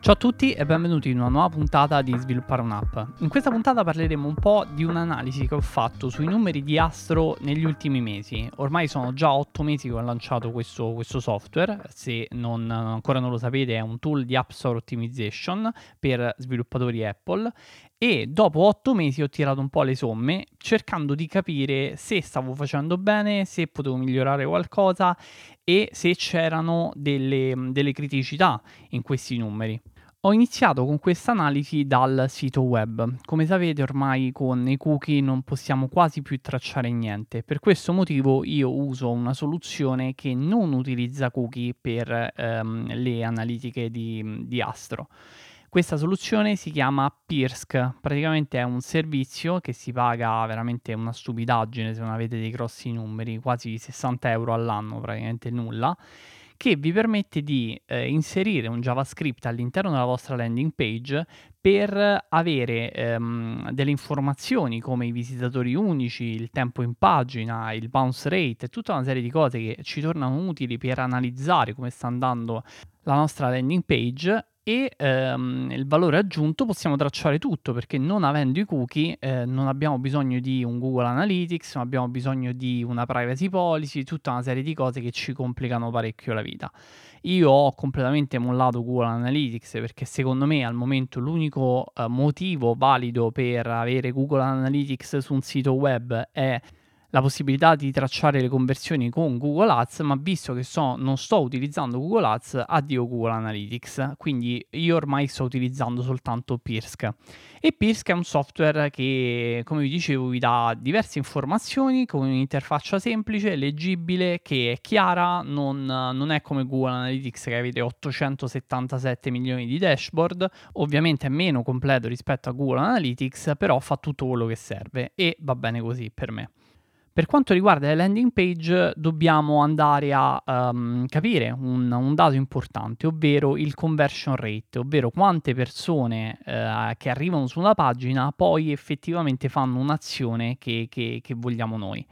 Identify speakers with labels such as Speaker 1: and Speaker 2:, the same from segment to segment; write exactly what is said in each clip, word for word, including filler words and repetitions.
Speaker 1: Ciao a tutti e benvenuti in una nuova puntata di Sviluppare un'app. In questa puntata parleremo un po' di un'analisi che ho fatto sui numeri di Astro negli ultimi mesi. Ormai sono già otto mesi che ho lanciato questo, questo software, se non, ancora non lo sapete è un tool di App Store Optimization per sviluppatori Apple e dopo otto mesi ho tirato un po' le somme cercando di capire se stavo facendo bene, se potevo migliorare qualcosa e se c'erano delle, delle criticità in questi numeri. Ho iniziato con questa analisi dal sito web. Come sapete ormai con i cookie non possiamo quasi più tracciare niente. Per questo motivo io uso una soluzione che non utilizza cookie per ehm, le analitiche di, di Astro. Questa soluzione si chiama Pirsk, praticamente è un servizio che si paga veramente una stupidaggine se non avete dei grossi numeri, quasi sessanta euro all'anno, praticamente nulla, che vi permette di eh, inserire un JavaScript all'interno della vostra landing page per avere ehm, delle informazioni come i visitatori unici, il tempo in pagina, il bounce rate, tutta una serie di cose che ci tornano utili per analizzare come sta andando la nostra landing page e ehm, il valore aggiunto possiamo tracciare tutto perché non avendo i cookie eh, non abbiamo bisogno di un Google Analytics, non abbiamo bisogno di una privacy policy, tutta una serie di cose che ci complicano parecchio la vita. Io ho completamente mollato Google Analytics perché secondo me al momento l'unico eh, motivo valido per avere Google Analytics su un sito web è la possibilità di tracciare le conversioni con Google Ads, ma visto che so, non sto utilizzando Google Ads, addio Google Analytics, quindi io ormai sto utilizzando soltanto Pirsk. E Pirsk è un software che, come vi dicevo, vi dà diverse informazioni con un'interfaccia semplice, leggibile, che è chiara, non, non è come Google Analytics che avete ottocentosettantasette milioni di dashboard, ovviamente è meno completo rispetto a Google Analytics, però fa tutto quello che serve e va bene così per me. Per quanto riguarda le landing page, dobbiamo andare a um, capire un, un dato importante, ovvero il conversion rate, ovvero quante persone uh, che arrivano sulla pagina poi effettivamente fanno un'azione che, che, che vogliamo noi.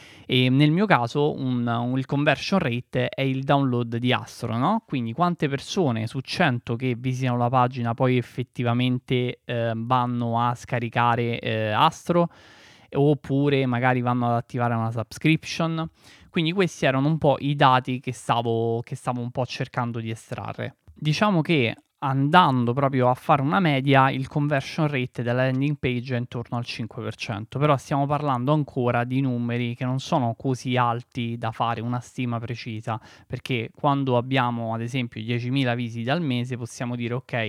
Speaker 1: E nel mio caso un, un, il conversion rate è il download di Astro, no? Quindi quante persone su cento che visitano la pagina poi effettivamente eh, vanno a scaricare eh, Astro oppure magari vanno ad attivare una subscription. Quindi questi erano un po' i dati che stavo, che stavo un po' cercando di estrarre. Diciamo che andando proprio a fare una media, il conversion rate della landing page è intorno al cinque per cento, però stiamo parlando ancora di numeri che non sono così alti da fare una stima precisa, perché quando abbiamo ad esempio diecimila visite al mese possiamo dire ok,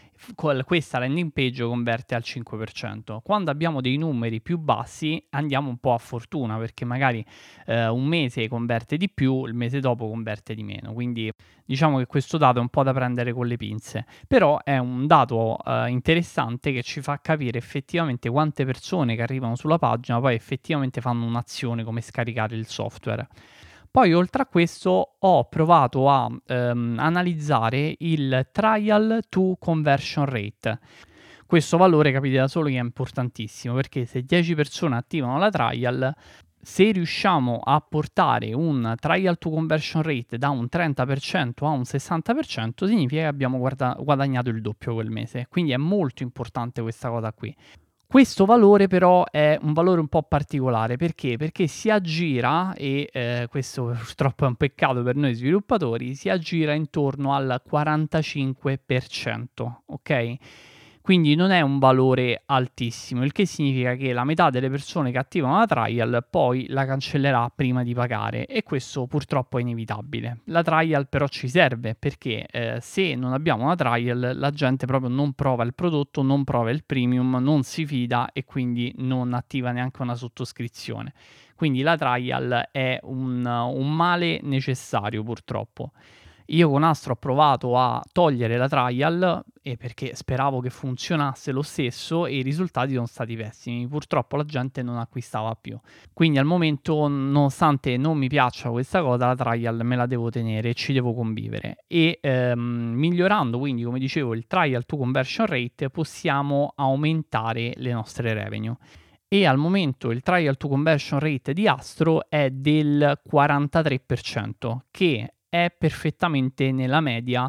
Speaker 1: questa landing page converte al cinque per cento. Quando abbiamo dei numeri più bassi andiamo un po' a fortuna perché magari eh, un mese converte di più, il mese dopo converte di meno. Quindi diciamo che questo dato è un po' da prendere con le pinze, però è un dato eh, interessante che ci fa capire effettivamente quante persone che arrivano sulla pagina poi effettivamente fanno un'azione come scaricare il software. Poi oltre a questo ho provato a ehm, analizzare il trial to conversion rate. Questo valore capite da solo che è importantissimo perché se dieci persone attivano la trial, se riusciamo a portare un trial to conversion rate da un trenta per cento a un sessanta per cento significa che abbiamo guarda- guadagnato il doppio quel mese. Quindi è molto importante questa cosa qui. Questo valore però è un valore un po' particolare, perché? Perché si aggira, e eh, questo purtroppo è un peccato per noi sviluppatori, si aggira intorno al quarantacinque per cento, ok? Quindi non è un valore altissimo, il che significa che la metà delle persone che attivano la trial poi la cancellerà prima di pagare e questo purtroppo è inevitabile. La trial però ci serve perché eh, se non abbiamo una trial la gente proprio non prova il prodotto, non prova il premium, non si fida e quindi non attiva neanche una sottoscrizione. Quindi la trial è un, un male necessario purtroppo. Io con Astro ho provato a togliere la trial e perché speravo che funzionasse lo stesso e i risultati sono stati pessimi. Purtroppo la gente non acquistava più. Quindi al momento, nonostante non mi piaccia questa cosa, la trial me la devo tenere e ci devo convivere. E ehm, migliorando quindi, come dicevo, il trial to conversion rate, possiamo aumentare le nostre revenue. E al momento il trial to conversion rate di Astro è del quarantatré per cento, che è perfettamente nella media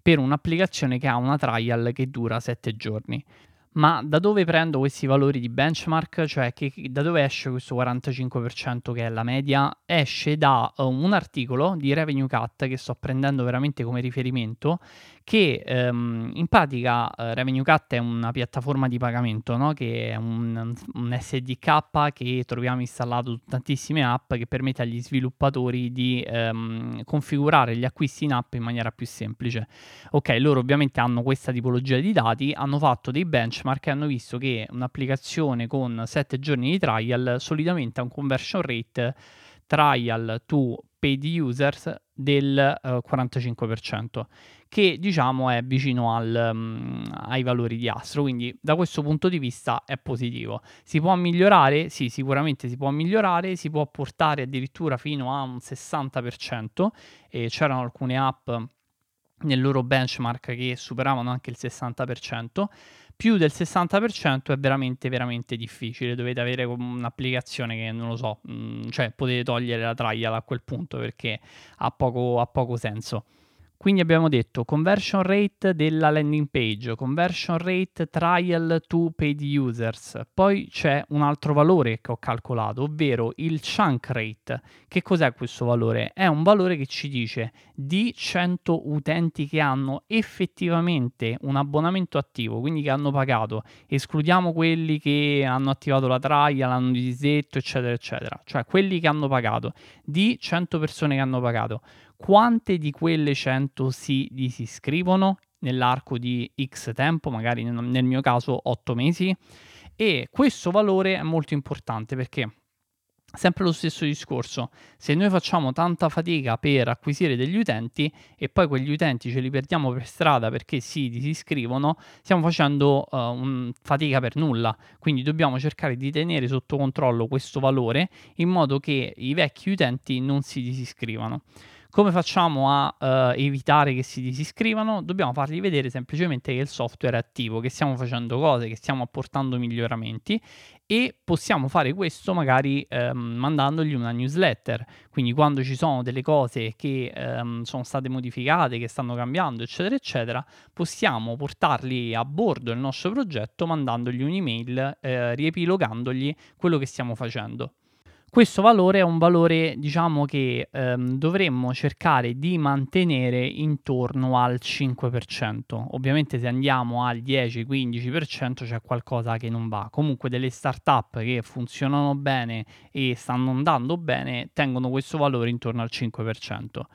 Speaker 1: per un'applicazione che ha una trial che dura sette giorni. Ma da dove prendo questi valori di benchmark? Cioè che da dove esce questo quarantacinque per cento che è la media? Esce da uh, un articolo di Revenue Cut che sto prendendo veramente come riferimento, che um, in pratica uh, Revenue Cut è una piattaforma di pagamento, no? Che è un, un S D K che troviamo installato su tantissime app, che permette agli sviluppatori di um, configurare gli acquisti in app in maniera più semplice. Ok, loro ovviamente hanno questa tipologia di dati, hanno fatto dei benchmark e hanno visto che un'applicazione con sette giorni di trial solitamente ha un conversion rate trial to paid users del uh, quarantacinque per cento, che diciamo è vicino al, um, ai valori di Astro, quindi da questo punto di vista è positivo. Si può migliorare? Sì, sicuramente si può migliorare, si può portare addirittura fino a un sessanta per cento, e c'erano alcune app nel loro benchmark che superavano anche il sessanta per cento. Più del sessanta per cento è veramente veramente difficile, dovete avere un'applicazione che non lo so, mh, cioè potete togliere la trial a quel punto perché ha poco, ha poco senso. Quindi abbiamo detto conversion rate della landing page, conversion rate trial to paid users, poi c'è un altro valore che ho calcolato, ovvero il chunk rate. Che cos'è questo valore? È un valore che ci dice di cento utenti che hanno effettivamente un abbonamento attivo, quindi che hanno pagato, escludiamo quelli che hanno attivato la trial, hanno disdetto, eccetera, eccetera, cioè quelli che hanno pagato, di cento persone che hanno pagato. Quante di quelle cento si disiscrivono nell'arco di X tempo, magari nel, nel mio caso otto mesi? E questo valore è molto importante perché sempre lo stesso discorso, se noi facciamo tanta fatica per acquisire degli utenti e poi quegli utenti ce li perdiamo per strada perché si disiscrivono, stiamo facendo uh, un, fatica per nulla. Quindi dobbiamo cercare di tenere sotto controllo questo valore in modo che i vecchi utenti non si disiscrivano. Come facciamo a uh, evitare che si disiscrivano? Dobbiamo fargli vedere semplicemente che il software è attivo, che stiamo facendo cose, che stiamo apportando miglioramenti, e possiamo fare questo magari ehm, mandandogli una newsletter. Quindi quando ci sono delle cose che ehm, sono state modificate, che stanno cambiando, eccetera, eccetera, possiamo portarli a bordo del nostro progetto mandandogli un'email, eh, riepilogandogli quello che stiamo facendo. Questo valore è un valore, diciamo, che ehm, dovremmo cercare di mantenere intorno al cinque per cento. Ovviamente se andiamo al dieci-quindici per cento c'è qualcosa che non va. Comunque delle startup che funzionano bene e stanno andando bene tengono questo valore intorno al cinque per cento.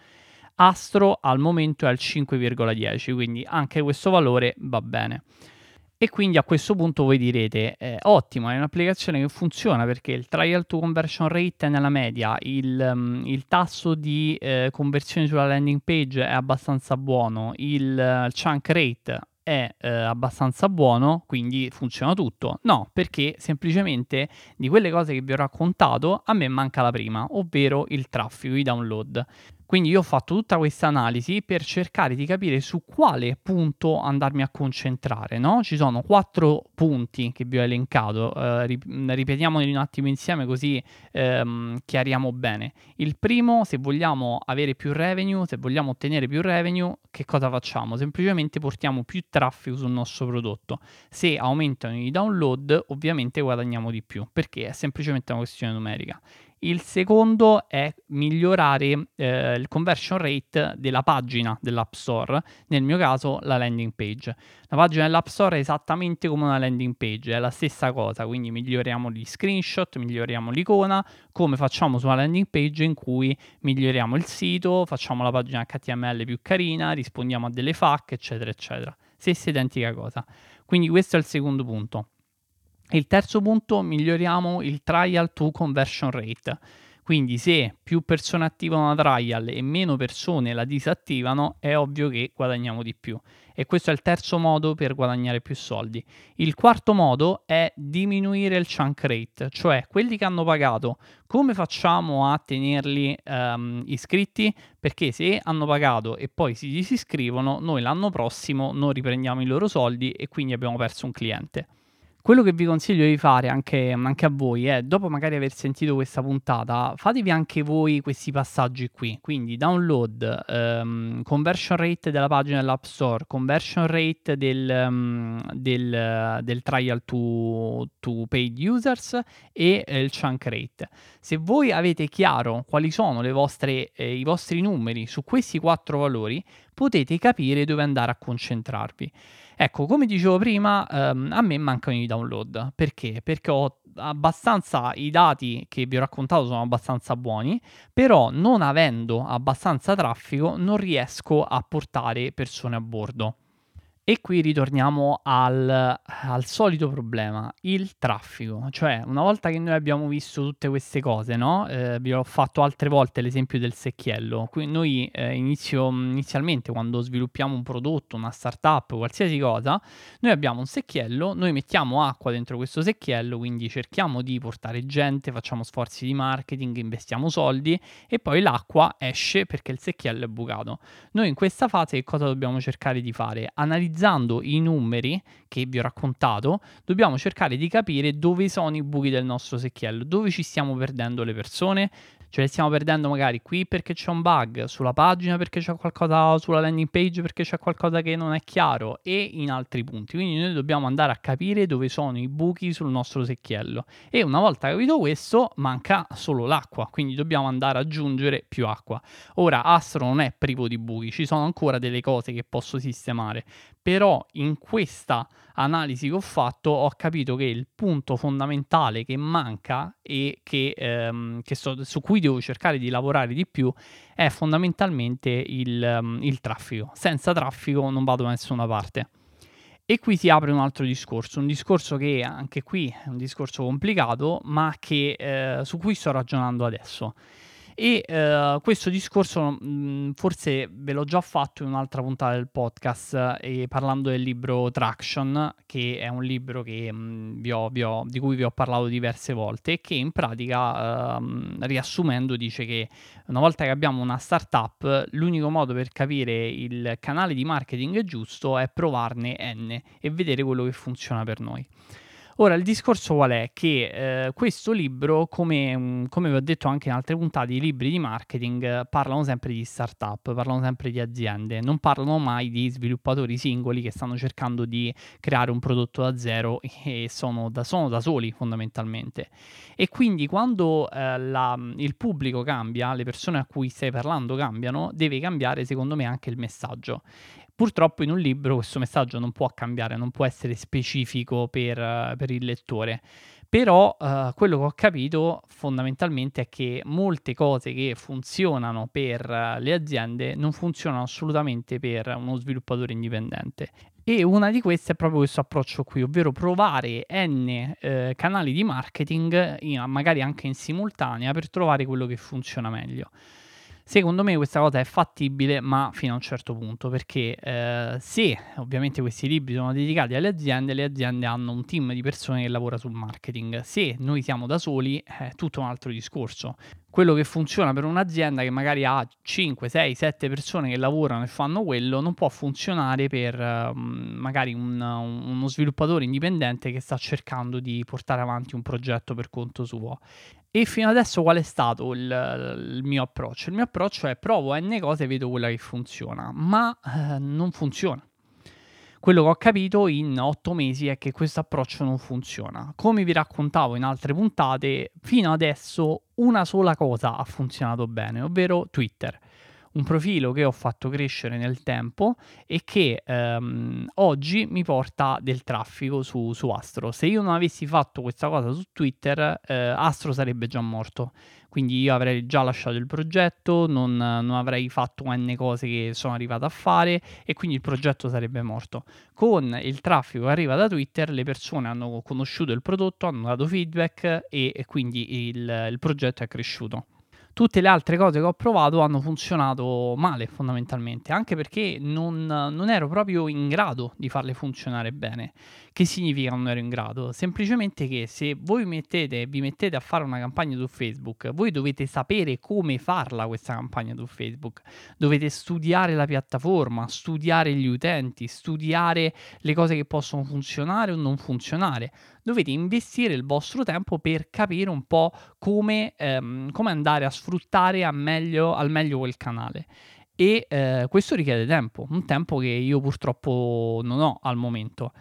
Speaker 1: Astro al momento è al cinque virgola dieci, quindi anche questo valore va bene. E quindi a questo punto voi direte, eh, ottimo, è un'applicazione che funziona perché il trial to conversion rate è nella media, il, um, il tasso di eh, conversione sulla landing page è abbastanza buono, il uh, chunk rate è eh, abbastanza buono, quindi funziona tutto. No, perché semplicemente di quelle cose che vi ho raccontato a me manca la prima, ovvero il traffico, i download. Quindi io ho fatto tutta questa analisi per cercare di capire su quale punto andarmi a concentrare, no? Ci sono quattro punti che vi ho elencato, eh, rip- ripetiamoli un attimo insieme così ehm, chiariamo bene. Il primo, se vogliamo avere più revenue, se vogliamo ottenere più revenue, che cosa facciamo? Semplicemente portiamo più traffico sul nostro prodotto. Se aumentano i download, ovviamente guadagniamo di più, perché è semplicemente una questione numerica. Il secondo è migliorare eh, il conversion rate della pagina dell'App Store, nel mio caso la landing page. La pagina dell'App Store è esattamente come una landing page, è la stessa cosa, quindi miglioriamo gli screenshot, miglioriamo l'icona, come facciamo su una landing page in cui miglioriamo il sito, facciamo la pagina H T M L più carina, rispondiamo a delle F A Q, eccetera, eccetera. Stessa identica cosa. Quindi questo è il secondo punto. Il terzo punto, miglioriamo il trial to conversion rate. Quindi se più persone attivano la trial e meno persone la disattivano, è ovvio che guadagniamo di più. E questo è il terzo modo per guadagnare più soldi. Il quarto modo è diminuire il chunk rate, cioè quelli che hanno pagato, come facciamo a tenerli um, iscritti? Perché se hanno pagato e poi si disiscrivono, noi l'anno prossimo non riprendiamo i loro soldi e quindi abbiamo perso un cliente. Quello che vi consiglio di fare anche anche a voi è, dopo magari aver sentito questa puntata, fatevi anche voi questi passaggi qui. Quindi download, ehm, conversion rate della pagina dell'App Store, conversion rate del, mhmm, del del trial to to paid users e, ehm, il churn rate. Se voi avete chiaro quali sono le vostre ehm, i vostri numeri su questi quattro valori, potete capire dove andare a concentrarvi. Ecco, come dicevo prima, ehm, a me mancano i download. Perché? Perché ho abbastanza i dati che vi ho raccontato sono abbastanza buoni, però non avendo abbastanza traffico non riesco a portare persone a bordo. E qui ritorniamo al al solito problema, il traffico. Cioè, una volta che noi abbiamo visto tutte queste cose, no, ehm, vi ho fatto altre volte l'esempio del secchiello. Qui noi, ehm, inizio mhmm, inizialmente quando sviluppiamo un prodotto, una startup, qualsiasi cosa, noi abbiamo un secchiello, noi mettiamo acqua dentro questo secchiello, quindi cerchiamo di portare gente, facciamo sforzi di marketing, investiamo soldi e poi l'acqua esce perché il secchiello è bucato. Noi in questa fase che cosa dobbiamo cercare di fare? Analizzando i numeri che vi ho raccontato, dobbiamo cercare di capire dove sono i buchi del nostro secchiello, dove ci stiamo perdendo le persone. Ce le stiamo perdendo magari qui perché c'è un bug, sulla pagina perché c'è qualcosa, sulla landing page perché c'è qualcosa che non è chiaro e in altri punti. Quindi noi dobbiamo andare a capire dove sono i buchi sul nostro secchiello e una volta capito questo manca solo l'acqua, quindi dobbiamo andare ad aggiungere più acqua. Ora Astro non è privo di buchi, ci sono ancora delle cose che posso sistemare, però in questa analisi che ho fatto ho capito che il punto fondamentale che manca e che, ehm, che so- su cui devo cercare di lavorare di più è fondamentalmente il, ehm, il traffico. Senza traffico non vado da nessuna parte. E qui si apre un altro discorso, un discorso che anche qui è un discorso complicato, ma che, ehm, su cui sto ragionando adesso. E, ehm, questo discorso, mhmm, forse ve l'ho già fatto in un'altra puntata del podcast, ehm, parlando del libro Traction, che è un libro che, mhmm, vi ho vi ho di cui vi ho parlato diverse volte e che in pratica, ehm, riassumendo dice che una volta che abbiamo una startup, l'unico modo per capire il canale di marketing giusto è provarne N e vedere quello che funziona per noi. Ora il discorso qual è? Che, ehm, questo libro come mhmm, come vi ho detto anche in altre puntate, i libri di marketing eh, parlano sempre di startup, parlano sempre di aziende, non parlano mai di sviluppatori singoli che stanno cercando di creare un prodotto da zero e sono da sono da soli fondamentalmente. E quindi quando, ehm, la mhmm, il pubblico cambia, le persone a cui stai parlando cambiano, deve cambiare secondo me anche il messaggio. Purtroppo in un libro questo messaggio non può cambiare, non può essere specifico per eh, per il lettore. Però, uhm, quello che ho capito fondamentalmente è che molte cose che funzionano per eh, le aziende non funzionano assolutamente per uno sviluppatore indipendente. E una di queste è proprio questo approccio qui, ovvero provare N, ehm, canali di marketing in magari anche in simultanea per trovare quello che funziona meglio. Secondo me questa cosa è fattibile, ma fino a un certo punto, perché, ehm, se ovviamente questi libri sono dedicati alle aziende, le aziende hanno un team di persone che lavora sul marketing. Se noi siamo da soli è tutto un altro discorso. Quello che funziona per un'azienda che magari ha cinque, sei, sette persone che lavorano e fanno quello, non può funzionare per, mhmm, magari un un uno sviluppatore indipendente che sta cercando di portare avanti un progetto per conto suo. E fino adesso qual è stato il il mio approccio? Il mio approccio è: provo N cose e vedo quella che funziona, ma, ehm, non funziona. Quello che ho capito in otto mesi è che questo approccio non funziona. Come vi raccontavo in altre puntate, fino adesso una sola cosa ha funzionato bene, ovvero Twitter. Un profilo che ho fatto crescere nel tempo e che, ehm, oggi mi porta del traffico su su Astro. Se io non avessi fatto questa cosa su Twitter, ehm, Astro sarebbe già morto. Quindi io avrei già lasciato il progetto, non non avrei fatto N cose che sono arrivato a fare e quindi il progetto sarebbe morto. Con il traffico che arriva da Twitter le persone hanno conosciuto il prodotto, hanno dato feedback e e quindi il il progetto è cresciuto. Tutte le altre cose che ho provato hanno funzionato male fondamentalmente, anche perché non non ero proprio in grado di farle funzionare bene. Che significa non ero in grado? Semplicemente che se voi mettete vi mettete a fare una campagna su Facebook, voi dovete sapere come farla questa campagna su Facebook. Dovete studiare la piattaforma, studiare gli utenti, studiare le cose che possono funzionare o non funzionare. Dovete investire il vostro tempo per capire un po' come, ehm, come andare a sfruttare a meglio al meglio quel canale. E, ehm, questo richiede tempo, un tempo che io purtroppo non ho al momento.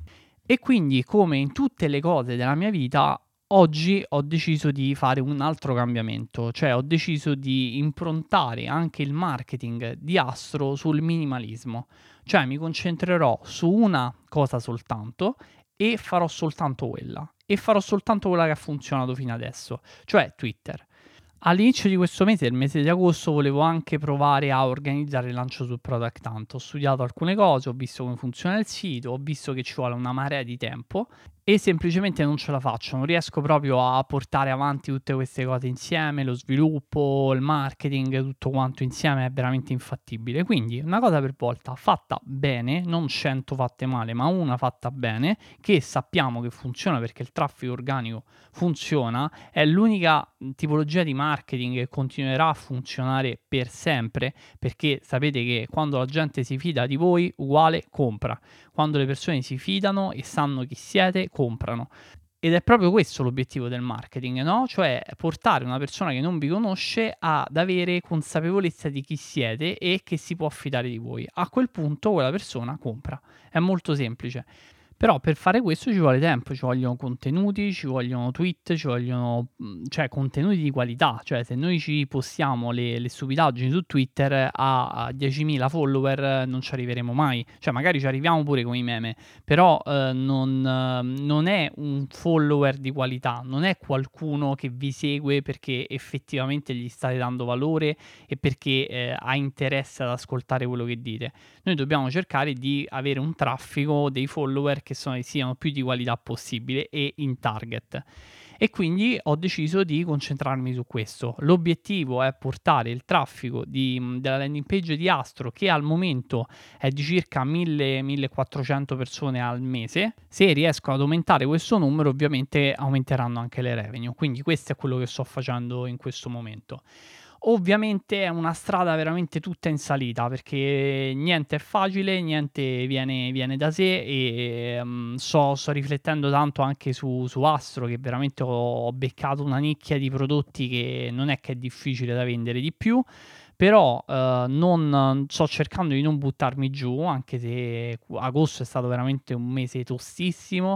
Speaker 1: E quindi, come in tutte le cose della mia vita, oggi ho deciso di fare un altro cambiamento, cioè ho deciso di improntare anche il marketing di Astro sul minimalismo. Cioè mi concentrerò su una cosa soltanto e farò soltanto quella. E farò soltanto quella che ha funzionato fino adesso, cioè Twitter. All'inizio di questo mese, il mese di agosto, volevo anche provare a organizzare il lancio su Product Hunt. Ho studiato alcune cose, ho visto come funziona il sito, ho visto che ci vuole una marea di tempo e semplicemente non ce la faccio, non riesco proprio a portare avanti tutte queste cose insieme, lo sviluppo, il marketing, tutto quanto insieme è veramente infattibile. Quindi una cosa per volta, fatta bene, non cento fatte male, ma una fatta bene, che sappiamo che funziona perché il traffico organico funziona, è l'unica mh, tipologia di marketing che continuerà a funzionare per sempre, perché sapete che quando la gente si fida di voi, uguale compra. Quando le persone si fidano e sanno chi siete, comprano. Ed è proprio questo l'obiettivo del marketing, no? Cioè portare una persona che non vi conosce ad avere consapevolezza di chi siete e che si può fidare di voi. A quel punto quella persona compra. È molto semplice. Però per fare questo ci vuole tempo, ci vogliono contenuti, ci vogliono tweet, ci vogliono, mhmm, cioè contenuti di qualità. Cioè se noi ci postiamo le le stupidaggini su Twitter a a diecimila follower non ci arriveremo mai. Cioè magari ci arriviamo pure con i meme, però, uhm, non ehm, non è un follower di qualità, non è qualcuno che vi segue perché effettivamente gli state dando valore e perché, ehm, ha interesse ad ascoltare quello che dite. Noi dobbiamo cercare di avere un traffico, dei follower che sono siano più di qualità possibile e in target. E quindi ho deciso di concentrarmi su questo. L'obiettivo è portare il traffico di mhmm, della landing page di Astro, che al momento è di circa mille, millequattrocento persone al mese. Se riesco ad aumentare questo numero, ovviamente aumenteranno anche le revenue. Quindi questo è quello che sto facendo in questo momento. Ovviamente è una strada veramente tutta in salita, perché niente è facile, niente viene viene da sé e, mhmm, sto sto riflettendo tanto anche su su Astro, che veramente ho ho beccato una nicchia di prodotti che non è che è difficile da vendere di più, però, uhm, non sto cercando di non buttarmi giù, anche se q agosto è stato veramente un mese tostissimo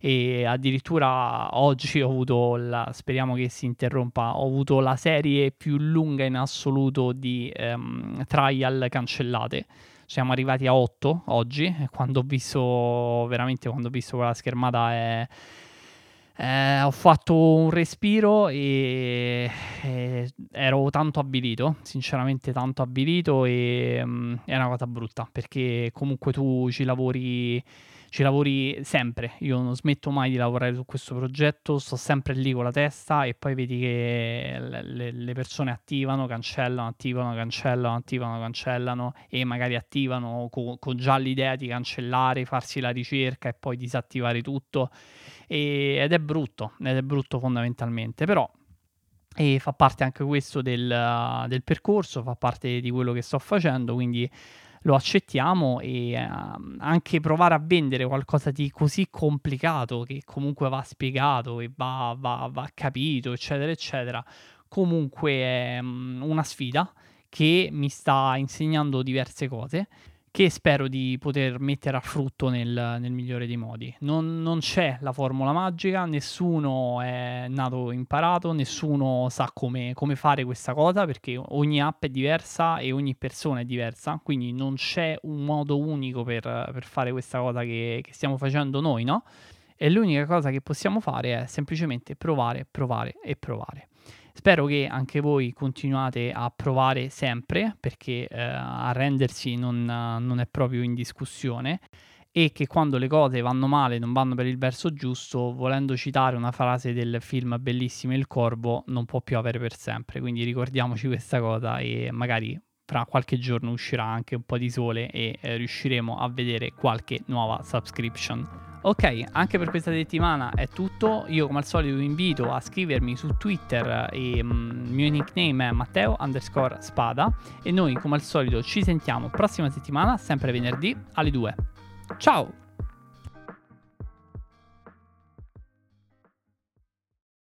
Speaker 1: e addirittura oggi ho avuto la speriamo che si interrompa, ho avuto la serie più lunga in assoluto di, ehm, trial cancellate. Siamo arrivati a otto oggi e quando ho visto veramente quando ho visto quella schermata, ehm, ehm, ho fatto un respiro e, ehm, ero tanto avvilito, sinceramente tanto avvilito, ehm, è una cosa brutta, perché comunque tu ci lavori ci lavori sempre. Io non smetto mai di lavorare su questo progetto, sto sempre lì con la testa e poi vedi che l le le persone attivano, cancellano, attivano, cancellano, attivano, cancellano e magari attivano co con già l'idea di cancellare, farsi la ricerca e poi disattivare tutto, ehm, ed è brutto, ed è brutto fondamentalmente. Però e fa parte anche questo del del percorso, fa parte di quello che sto facendo, quindi lo accettiamo e, ehm, anche provare a vendere qualcosa di così complicato, che comunque va spiegato e va va va capito, eccetera, eccetera, comunque è, mhmm, una sfida che mi sta insegnando diverse cose che spero di poter mettere a frutto nel nel migliore dei modi. Non non c'è la formula magica, nessuno è nato imparato, nessuno sa come come fare questa cosa, perché ogni app è diversa e ogni persona è diversa, quindi non c'è un modo unico per per fare questa cosa che che stiamo facendo noi, no, e l'unica cosa che possiamo fare è semplicemente provare, provare e provare. Spero che anche voi continuate a provare sempre perché, ehm, arrendersi non non è proprio in discussione e che quando le cose vanno male, non vanno per il verso giusto, volendo citare una frase del film bellissimo Il Corvo, non può piovere per sempre. Quindi ricordiamoci questa cosa e magari fra qualche giorno uscirà anche un po' di sole e eh, riusciremo a vedere qualche nuova subscription. Ok, anche per questa settimana è tutto. Io come al solito vi invito a scrivermi su Twitter e mm, il mio nickname è Matteo underscore Spada e noi come al solito ci sentiamo prossima settimana, sempre venerdì alle due. Ciao!